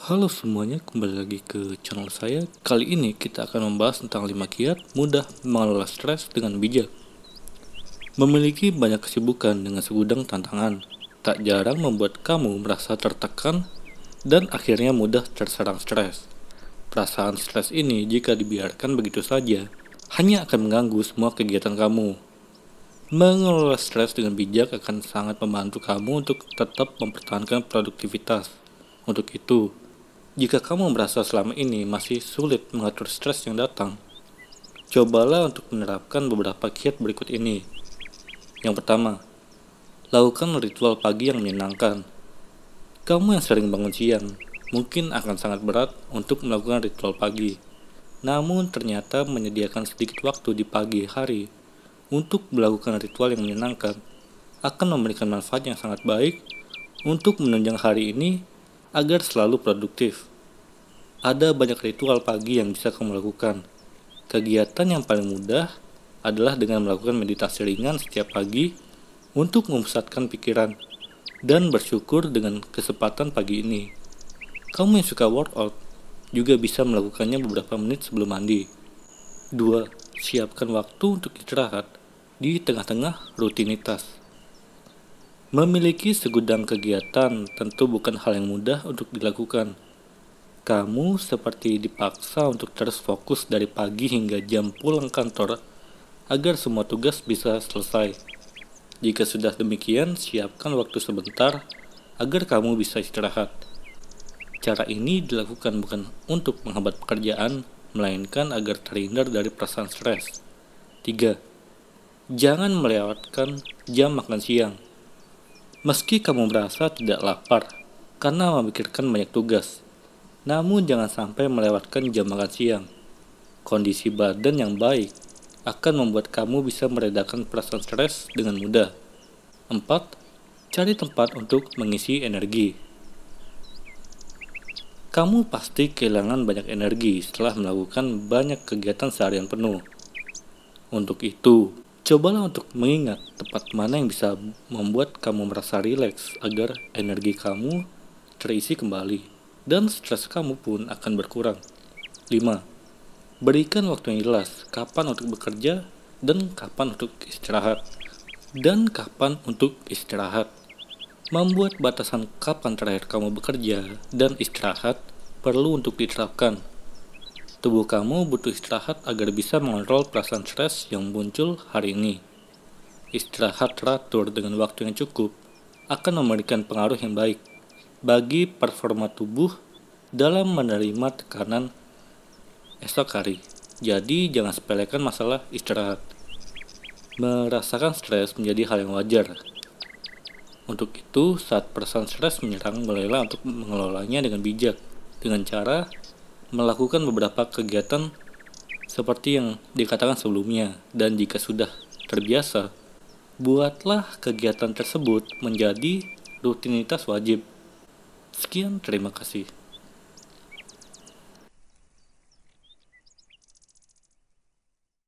Halo semuanya, kembali lagi ke channel saya. Kali ini kita akan membahas tentang 5 kiat mudah mengelola stres dengan bijak. Memiliki banyak kesibukan dengan segudang tantangan, tak jarang membuat kamu merasa tertekan dan akhirnya mudah terserang stres. Perasaan stres ini jika dibiarkan begitu saja, hanya akan mengganggu semua kegiatan kamu. Mengelola stres dengan bijak akan sangat membantu kamu untuk tetap mempertahankan produktivitas. Untuk itu, jika kamu merasa selama ini masih sulit mengatur stres yang datang, cobalah untuk menerapkan beberapa kiat berikut ini. Yang pertama, lakukan ritual pagi yang menyenangkan. Kamu yang sering bangun siang, mungkin akan sangat berat untuk melakukan ritual pagi. Namun ternyata menyediakan sedikit waktu di pagi hari untuk melakukan ritual yang menyenangkan akan memberikan manfaat yang sangat baik untuk menunjang hari ini agar selalu produktif. Ada banyak ritual pagi yang bisa kamu lakukan. Kegiatan yang paling mudah adalah dengan melakukan meditasi ringan setiap pagi untuk memusatkan pikiran dan bersyukur dengan kesempatan pagi ini. Kamu yang suka workout juga bisa melakukannya beberapa menit sebelum mandi. 2. Siapkan waktu untuk istirahat di tengah-tengah rutinitas. Memiliki segudang kegiatan tentu bukan hal yang mudah untuk dilakukan. Kamu seperti dipaksa untuk terus fokus dari pagi hingga jam pulang kantor agar semua tugas bisa selesai. Jika sudah demikian, siapkan waktu sebentar agar kamu bisa istirahat. Cara ini dilakukan bukan untuk menghambat pekerjaan, melainkan agar terhindar dari perasaan stres. 3. Jangan melewatkan jam makan siang. Meski kamu merasa tidak lapar karena memikirkan banyak tugas, namun jangan sampai melewatkan jam makan siang. Kondisi badan yang baik akan membuat kamu bisa meredakan perasaan stres dengan mudah. 4. Cari tempat untuk mengisi energi. Kamu pasti kehilangan banyak energi setelah melakukan banyak kegiatan seharian penuh. Untuk itu, cobalah untuk mengingat tempat mana yang bisa membuat kamu merasa rileks agar energi kamu terisi kembali dan stres kamu pun akan berkurang. 5. Berikan waktu yang jelas kapan untuk bekerja dan kapan untuk istirahat. Membuat batasan kapan terakhir kamu bekerja dan istirahat perlu untuk diterapkan. Tubuh kamu butuh istirahat agar bisa mengontrol perasaan stres yang muncul hari ini. Istirahat teratur dengan waktu yang cukup akan memberikan pengaruh yang baik bagi performa tubuh dalam menerima tekanan esok hari. Jadi jangan sepelekan masalah istirahat. Merasakan stres menjadi hal yang wajar. Untuk itu, saat perasaan stres menyerang, mulailah untuk mengelolanya dengan bijak, dengan cara melakukan beberapa kegiatan seperti yang dikatakan sebelumnya, dan jika sudah terbiasa, buatlah kegiatan tersebut menjadi rutinitas wajib. Sekian, terima kasih.